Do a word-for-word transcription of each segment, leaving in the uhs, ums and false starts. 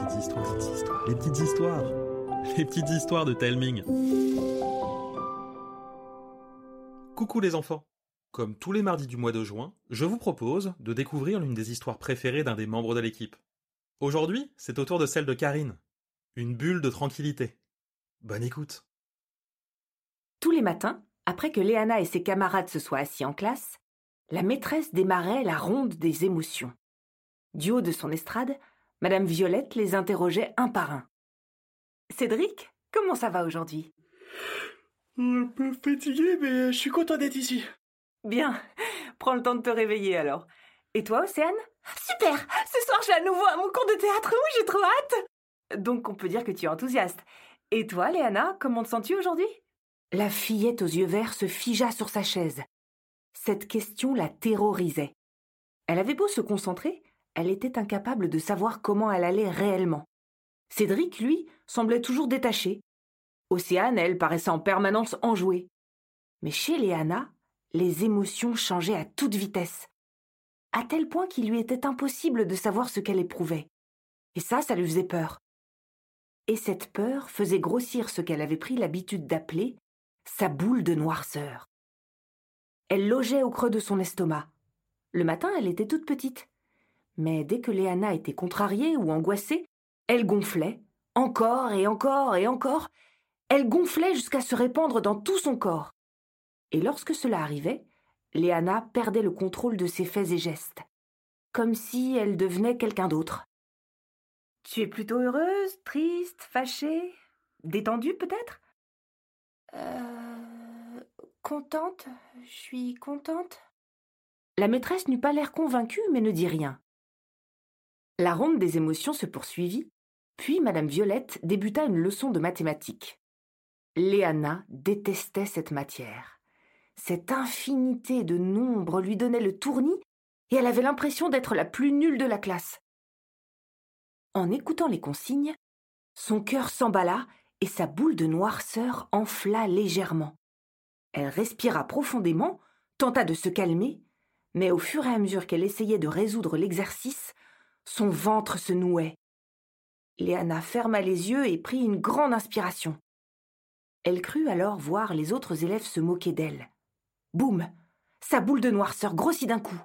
petites histoires, petites histoires, les petites histoires, les petites histoires de Telming. Coucou les enfants. Comme tous les mardis du mois de juin, je vous propose de découvrir l'une des histoires préférées d'un des membres de l'équipe. Aujourd'hui, c'est au tour de celle de Karine. Une bulle de tranquillité. Bonne écoute. Tous les matins, après que Léana et ses camarades se soient assis en classe, la maîtresse démarrait la ronde des émotions. Du haut de son estrade, Madame Violette les interrogeait un par un. « Cédric, comment ça va aujourd'hui ?»« Un peu fatigué, mais je suis content d'être ici. »« Bien, prends le temps de te réveiller alors. Et toi, Océane ?»« Super, ce soir j'ai à nouveau à mon cours de théâtre, oui, j'ai trop hâte !» Donc on peut dire que tu es enthousiaste. Et toi, Léana, comment te sens-tu aujourd'hui ? La fillette aux yeux verts se figea sur sa chaise. Cette question la terrorisait. Elle avait beau se concentrer, elle était incapable de savoir comment elle allait réellement. Cédric, lui, semblait toujours détaché. Océane, elle, paraissait en permanence enjouée. Mais chez Léana, les émotions changeaient à toute vitesse, à tel point qu'il lui était impossible de savoir ce qu'elle éprouvait. Et ça, ça lui faisait peur. Et cette peur faisait grossir ce qu'elle avait pris l'habitude d'appeler sa boule de noirceur. Elle logeait au creux de son estomac. Le matin, elle était toute petite. Mais dès que Léana était contrariée ou angoissée, elle gonflait, encore et encore et encore. Elle gonflait jusqu'à se répandre dans tout son corps. Et lorsque cela arrivait, Léana perdait le contrôle de ses faits et gestes, comme si elle devenait quelqu'un d'autre. « Tu es plutôt heureuse, triste, fâchée, détendue peut-être ?»« Euh... Contente, je suis contente. » La maîtresse n'eut pas l'air convaincue, mais ne dit rien. La ronde des émotions se poursuivit, puis Madame Violette débuta une leçon de mathématiques. Léana détestait cette matière. Cette infinité de nombres lui donnait le tournis et elle avait l'impression d'être la plus nulle de la classe. En écoutant les consignes, son cœur s'emballa et sa boule de noirceur enfla légèrement. Elle respira profondément, tenta de se calmer, mais au fur et à mesure qu'elle essayait de résoudre l'exercice, son ventre se nouait. Léana ferma les yeux et prit une grande inspiration. Elle crut alors voir les autres élèves se moquer d'elle. Boum ! Sa boule de noirceur grossit d'un coup.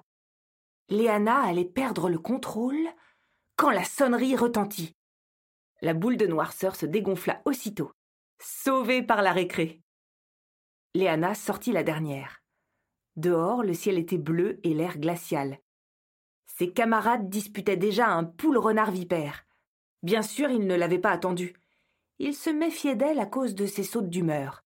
Léana allait perdre le contrôle quand la sonnerie retentit. La boule de noirceur se dégonfla aussitôt, sauvée par la récré. Léana sortit la dernière. Dehors, le ciel était bleu et l'air glacial. Ses camarades disputaient déjà un poule-renard vipère. Bien sûr, ils ne l'avaient pas attendue. Ils se méfiaient d'elle à cause de ses sautes d'humeur.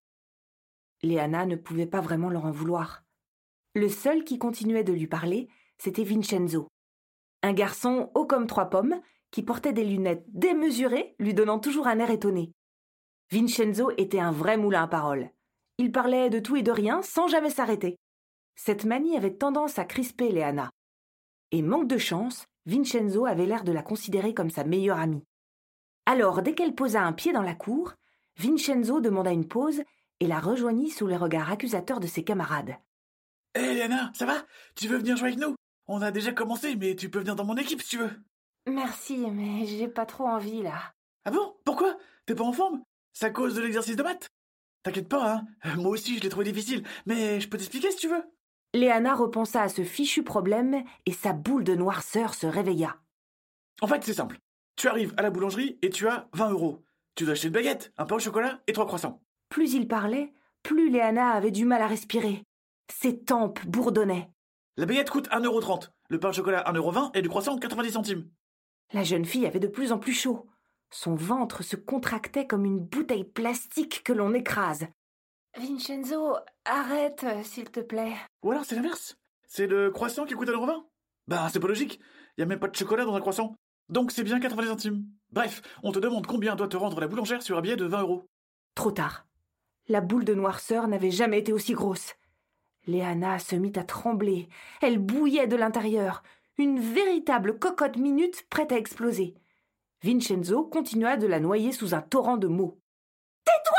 Léana ne pouvait pas vraiment leur en vouloir. Le seul qui continuait de lui parler, c'était Vincenzo. Un garçon haut comme trois pommes, qui portait des lunettes démesurées, lui donnant toujours un air étonné. Vincenzo était un vrai moulin à paroles. Il parlait de tout et de rien, sans jamais s'arrêter. Cette manie avait tendance à crisper Léana. Et manque de chance, Vincenzo avait l'air de la considérer comme sa meilleure amie. Alors, dès qu'elle posa un pied dans la cour, Vincenzo demanda une pause et la rejoignit sous les regards accusateurs de ses camarades. « Hé, hey, Léana, ça va ? Tu veux venir jouer avec nous ? On a déjà commencé, mais tu peux venir dans mon équipe si tu veux. »« Merci, mais j'ai pas trop envie, là. »« Ah bon ? Pourquoi ? T'es pas en forme ? C'est à cause de l'exercice de maths ? T'inquiète pas, hein. Moi aussi, je l'ai trouvé difficile, mais je peux t'expliquer si tu veux. » Léana repensa à ce fichu problème et sa boule de noirceur se réveilla. « En fait, c'est simple. Tu arrives à la boulangerie et tu as vingt euros. Tu dois acheter une baguette, un pain au chocolat et trois croissants. » Plus il parlait, plus Léana avait du mal à respirer. Ses tempes bourdonnaient. « La baguette coûte un euro trente, le pain au chocolat un euro vingt et du croissant quatre-vingt-dix centimes. » La jeune fille avait de plus en plus chaud. Son ventre se contractait comme une bouteille plastique que l'on écrase. « Vincenzo, arrête, s'il te plaît. » Ou alors c'est l'inverse. C'est le croissant qui coûte un euro vingt. Bah, c'est pas logique. Y a même pas de chocolat dans un croissant. Donc c'est bien quatre-vingt-dix centimes. Bref, on te demande combien doit te rendre la boulangère sur un billet de vingt euros. Trop tard. La boule de noirceur n'avait jamais été aussi grosse. Léana se mit à trembler. Elle bouillait de l'intérieur. Une véritable cocotte minute prête à exploser. Vincenzo continua de la noyer sous un torrent de mots. « Tais-toi !»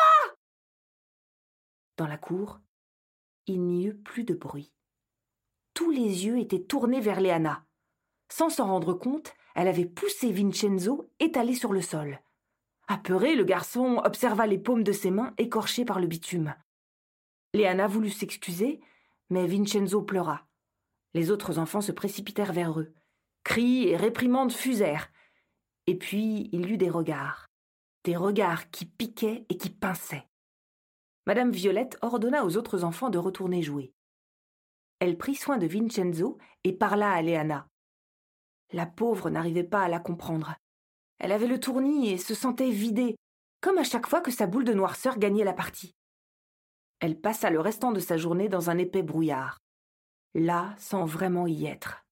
Dans la cour, il n'y eut plus de bruit. Tous les yeux étaient tournés vers Léana. Sans s'en rendre compte, elle avait poussé Vincenzo étalé sur le sol. Apeuré, le garçon observa les paumes de ses mains écorchées par le bitume. Leana voulut s'excuser, mais Vincenzo pleura. Les autres enfants se précipitèrent vers eux. Cris et réprimandes fusèrent. Et puis il y eut des regards. Des regards qui piquaient et qui pinçaient. Madame Violette ordonna aux autres enfants de retourner jouer. Elle prit soin de Vincenzo et parla à Leana. La pauvre n'arrivait pas à la comprendre. Elle avait le tournis et se sentait vidée, comme à chaque fois que sa boule de noirceur gagnait la partie. Elle passa le restant de sa journée dans un épais brouillard, là sans vraiment y être.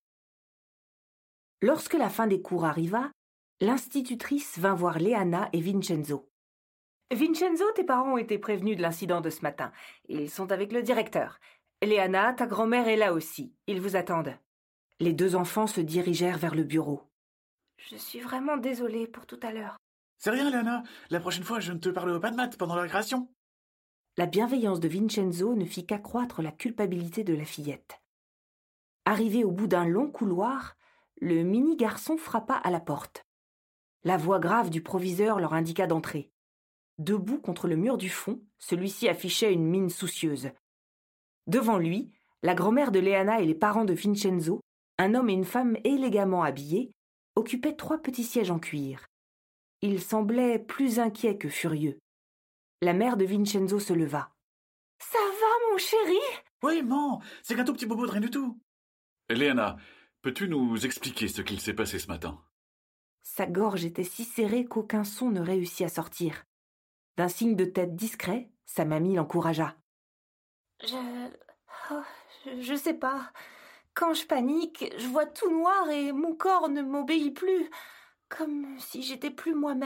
Lorsque la fin des cours arriva, l'institutrice vint voir Leana et Vincenzo. « Vincenzo, tes parents ont été prévenus de l'incident de ce matin. Ils sont avec le directeur. Leana, ta grand-mère est là aussi. Ils vous attendent. » Les deux enfants se dirigèrent vers le bureau. « Je suis vraiment désolée pour tout à l'heure. »« C'est rien, Leana. La prochaine fois, je ne te parlerai pas de maths pendant la récréation. » La bienveillance de Vincenzo ne fit qu'accroître la culpabilité de la fillette. Arrivé au bout d'un long couloir, le mini-garçon frappa à la porte. La voix grave du proviseur leur indiqua d'entrer. Debout contre le mur du fond, celui-ci affichait une mine soucieuse. Devant lui, la grand-mère de Leana et les parents de Vincenzo, un homme et une femme élégamment habillés, occupaient trois petits sièges en cuir. Ils semblaient plus inquiets que furieux. La mère de Vincenzo se leva. « Ça va, mon chéri ?» ?»« Oui, maman, c'est qu'un tout petit bobo de rien du tout. »« Leana, peux-tu nous expliquer ce qu'il s'est passé ce matin ?» Sa gorge était si serrée qu'aucun son ne réussit à sortir. D'un signe de tête discret, sa mamie l'encouragea. « Je... Oh, je... je sais pas. Quand je panique, je vois tout noir et mon corps ne m'obéit plus, comme si j'étais plus moi-même. »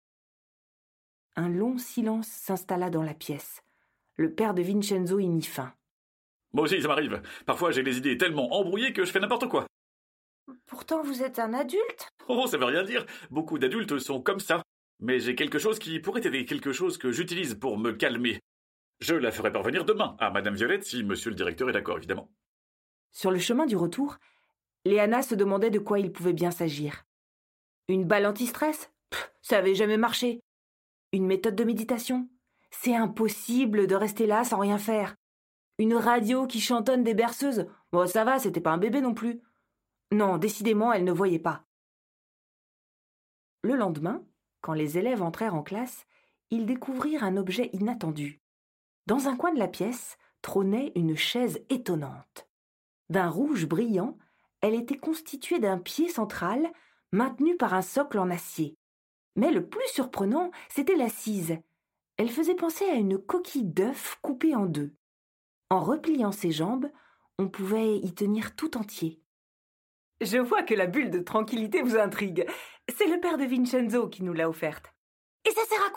Un long silence s'installa dans la pièce. Le père de Vincenzo y mit fin. « Moi aussi, ça m'arrive. Parfois, j'ai les idées tellement embrouillées que je fais n'importe quoi. »« Pourtant, vous êtes un adulte. » »« Oh, ça veut rien dire. Beaucoup d'adultes sont comme ça. Mais j'ai quelque chose qui pourrait t'aider, quelque chose que j'utilise pour me calmer. Je la ferai parvenir demain à Madame Violette, si monsieur le directeur est d'accord, évidemment. » Sur le chemin du retour, Leana se demandait de quoi il pouvait bien s'agir. Une balle anti-stress ? Pff, ça avait jamais marché. Une méthode de méditation ? C'est impossible de rester là sans rien faire. Une radio qui chantonne des berceuses ? Bon, ça va, c'était pas un bébé non plus. Non, décidément, elle ne voyait pas. Le lendemain, quand les élèves entrèrent en classe, ils découvrirent un objet inattendu. Dans un coin de la pièce trônait une chaise étonnante. D'un rouge brillant, elle était constituée d'un pied central maintenu par un socle en acier. Mais le plus surprenant, c'était l'assise. Elle faisait penser à une coquille d'œuf coupée en deux. En repliant ses jambes, on pouvait y tenir tout entier. « Je vois que la bulle de tranquillité vous intrigue. C'est le père de Vincenzo qui nous l'a offerte. »« Et ça sert à quoi ?»«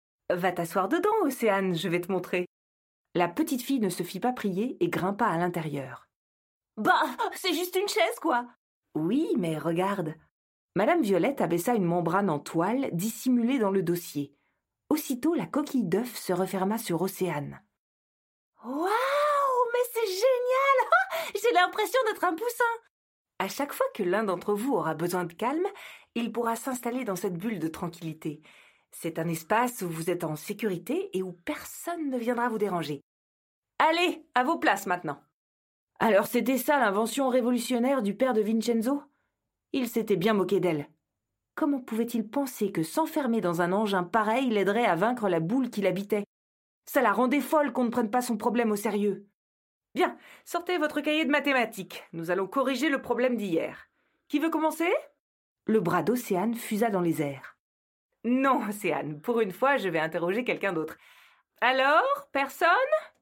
Va t'asseoir dedans, Océane, je vais te montrer. » La petite fille ne se fit pas prier et grimpa à l'intérieur. « Bah, c'est juste une chaise, quoi !»« Oui, mais regarde. » Madame Violette abaissa une membrane en toile dissimulée dans le dossier. Aussitôt, la coquille d'œuf se referma sur Océane. « Waouh, mais c'est génial! J'ai l'impression d'être un poussin !» À chaque fois que l'un d'entre vous aura besoin de calme, il pourra s'installer dans cette bulle de tranquillité. C'est un espace où vous êtes en sécurité et où personne ne viendra vous déranger. Allez, à vos places maintenant. Alors c'était ça l'invention révolutionnaire du père de Vincenzo ? Il s'était bien moqué d'elle. Comment pouvait-il penser que s'enfermer dans un engin pareil l'aiderait à vaincre la boule qui l'habitait ? Ça la rendait folle qu'on ne prenne pas son problème au sérieux. Bien, sortez votre cahier de mathématiques. Nous allons corriger le problème d'hier. Qui veut commencer ? Le bras d'Océane fusa dans les airs. Non, Océane, pour une fois, je vais interroger quelqu'un d'autre. Alors, personne ?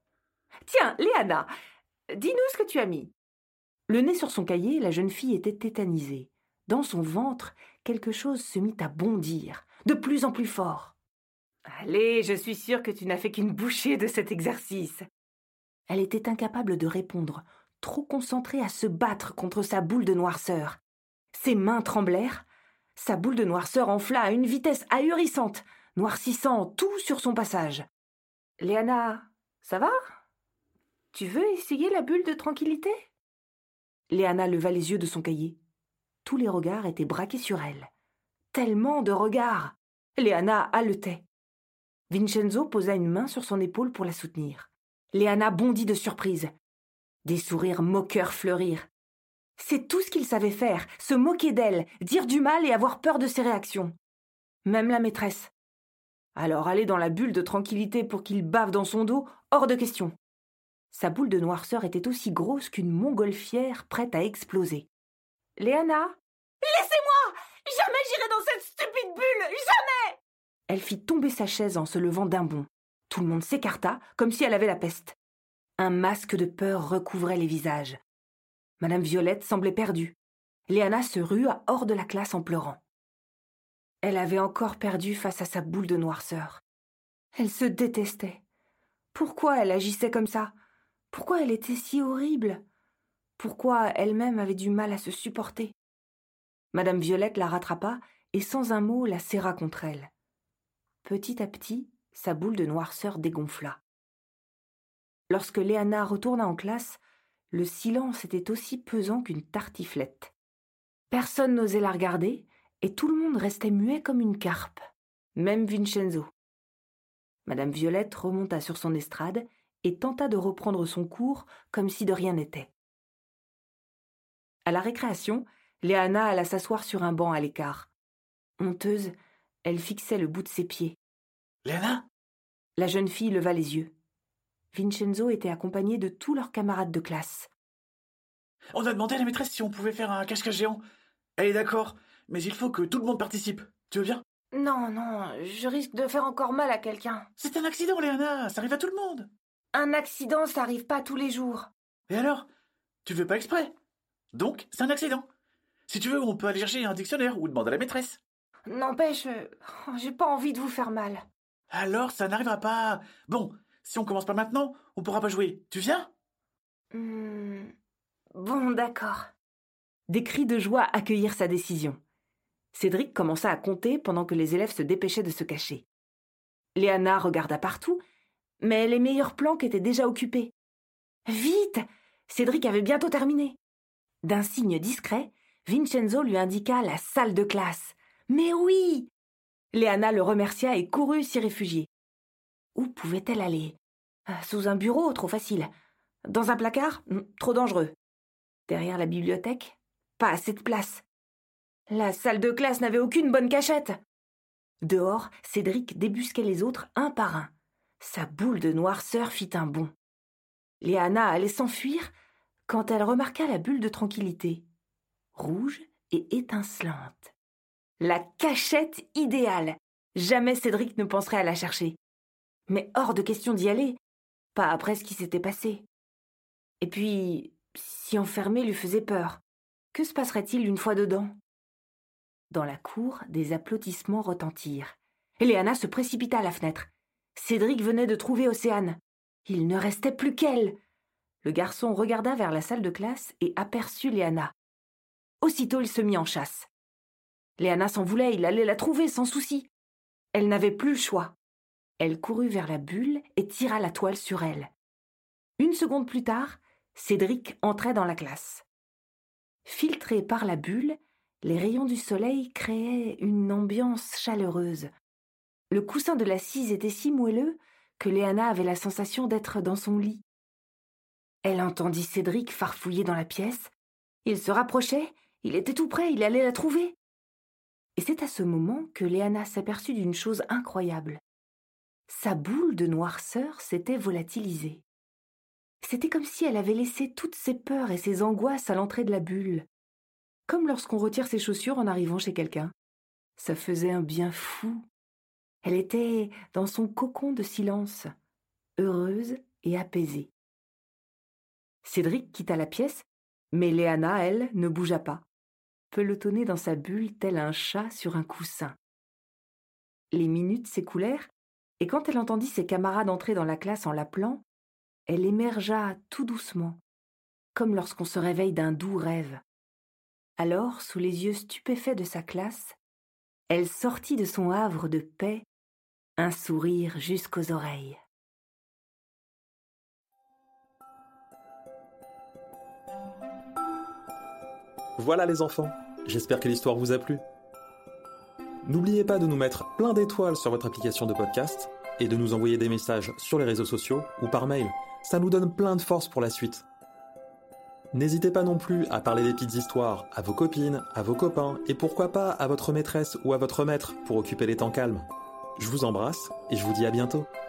Tiens, Leana, dis-nous ce que tu as mis. Le nez sur son cahier, la jeune fille était tétanisée. Dans son ventre, quelque chose se mit à bondir, de plus en plus fort. Allez, je suis sûre que tu n'as fait qu'une bouchée de cet exercice. Elle était incapable de répondre, trop concentrée à se battre contre sa boule de noirceur. Ses mains tremblèrent. Sa boule de noirceur enfla à une vitesse ahurissante, noircissant tout sur son passage. « Leana, ça va ? Tu veux essayer la bulle de tranquillité ?» Leana leva les yeux de son cahier. tous les regards étaient braqués sur elle. Tellement de regards! Léana haletait. Vincenzo posa une main sur son épaule pour la soutenir. Léana bondit de surprise. Des sourires moqueurs fleurirent. C'est tout ce qu'il savait faire, se moquer d'elle, dire du mal et avoir peur de ses réactions. Même la maîtresse. Alors aller dans la bulle de tranquillité pour qu'il bave dans son dos, hors de question. Sa boule de noirceur était aussi grosse qu'une montgolfière prête à exploser. « Léana !»« Laissez-moi ! Jamais j'irai dans cette stupide bulle ! Jamais !» Elle fit tomber sa chaise en se levant d'un bond. Tout le monde s'écarta, comme si elle avait la peste. Un masque de peur recouvrait les visages. Madame Violette semblait perdue. Léana se rua hors de la classe en pleurant. Elle avait encore perdu face à sa boule de noirceur. Elle se détestait. Pourquoi elle agissait comme ça ? Pourquoi elle était si horrible ? Pourquoi elle-même avait du mal à se supporter ? Madame Violette la rattrapa et sans un mot la serra contre elle. Petit à petit, sa boule de noirceur dégonfla. Lorsque Léana retourna en classe, le silence était aussi pesant qu'une tartiflette. Personne n'osait la regarder et tout le monde restait muet comme une carpe, même Vincenzo. Madame Violette remonta sur son estrade et tenta de reprendre son cours comme si de rien n'était. À la récréation, Léana alla s'asseoir sur un banc à l'écart. Honteuse, elle fixait le bout de ses pieds. « Léana ?» La jeune fille leva les yeux. Vincenzo était accompagné de tous leurs camarades de classe. « On a demandé à la maîtresse si on pouvait faire un cache-cache géant. Elle est d'accord, mais il faut que tout le monde participe. Tu veux bien ?»« Non, non, je risque de faire encore mal à quelqu'un. »« C'est un accident, Léana, ça arrive à tout le monde. »« Un accident, ça arrive pas tous les jours. »« Et alors ? Tu le fais pas exprès. Donc, c'est un accident. Si tu veux, on peut aller chercher un dictionnaire ou demander à la maîtresse. »« N'empêche, j'ai pas envie de vous faire mal. »« Alors, ça n'arrivera pas. Bon, si on commence pas maintenant, on pourra pas jouer. Tu viens ?»« Hmm... Bon, d'accord. » Des cris de joie accueillirent sa décision. Cédric commença à compter pendant que les élèves se dépêchaient de se cacher. Léana regarda partout, mais les meilleures planques étaient déjà occupées. Vite ! Cédric avait bientôt terminé. D'un signe discret, Vincenzo lui indiqua la salle de classe. Mais oui ! Léana le remercia et courut s'y réfugier. Où pouvait-elle aller ? Sous un bureau, trop facile. Dans un placard ? Trop dangereux. Derrière la bibliothèque ? Pas assez de place. La salle de classe n'avait aucune bonne cachette. Dehors, Cédric débusquait les autres un par un. Sa boule de noirceur fit un bond. Léana allait s'enfuir quand elle remarqua la bulle de tranquillité, rouge et étincelante. La cachette idéale. Jamais Cédric ne penserait à la chercher. Mais hors de question d'y aller, pas après ce qui s'était passé. Et puis, si enfermer lui faisait peur, que se passerait-il une fois dedans ? Dans la cour, des applaudissements retentirent. Léana se précipita à la fenêtre. Cédric venait de trouver Océane. Il ne restait plus qu'elle. Le garçon regarda vers la salle de classe et aperçut Léana. Aussitôt, il se mit en chasse. Léana s'en voulait, il allait la trouver sans souci. Elle n'avait plus le choix. Elle courut vers la bulle et tira la toile sur elle. Une seconde plus tard, Cédric entrait dans la classe. Filtrés par la bulle, les rayons du soleil créaient une ambiance chaleureuse. Le coussin de l'assise était si moelleux que Léana avait la sensation d'être dans son lit. Elle entendit Cédric farfouiller dans la pièce. Il se rapprochait, il était tout près, il allait la trouver. Et c'est à ce moment que Léana s'aperçut d'une chose incroyable. Sa boule de noirceur s'était volatilisée. C'était comme si elle avait laissé toutes ses peurs et ses angoisses à l'entrée de la bulle. Comme lorsqu'on retire ses chaussures en arrivant chez quelqu'un. Ça faisait un bien fou. Elle était dans son cocon de silence, heureuse et apaisée. Cédric quitta la pièce, mais Léana, elle, ne bougea pas, pelotonnée dans sa bulle tel un chat sur un coussin. Les minutes s'écoulèrent, et quand elle entendit ses camarades entrer dans la classe en l'appelant, elle émergea tout doucement, comme lorsqu'on se réveille d'un doux rêve. Alors, sous les yeux stupéfaits de sa classe, elle sortit de son havre de paix, un sourire jusqu'aux oreilles. Voilà les enfants, J'espère que l'histoire vous a plu. N'oubliez pas de nous mettre plein d'étoiles sur votre application de podcast et de nous envoyer des messages sur les réseaux sociaux ou par mail. Ça nous donne plein de force pour la suite. N'hésitez pas non plus à parler des petites histoires à vos copines, à vos copains et pourquoi pas à votre maîtresse ou à votre maître pour occuper les temps calmes. Je vous embrasse et je vous dis à bientôt.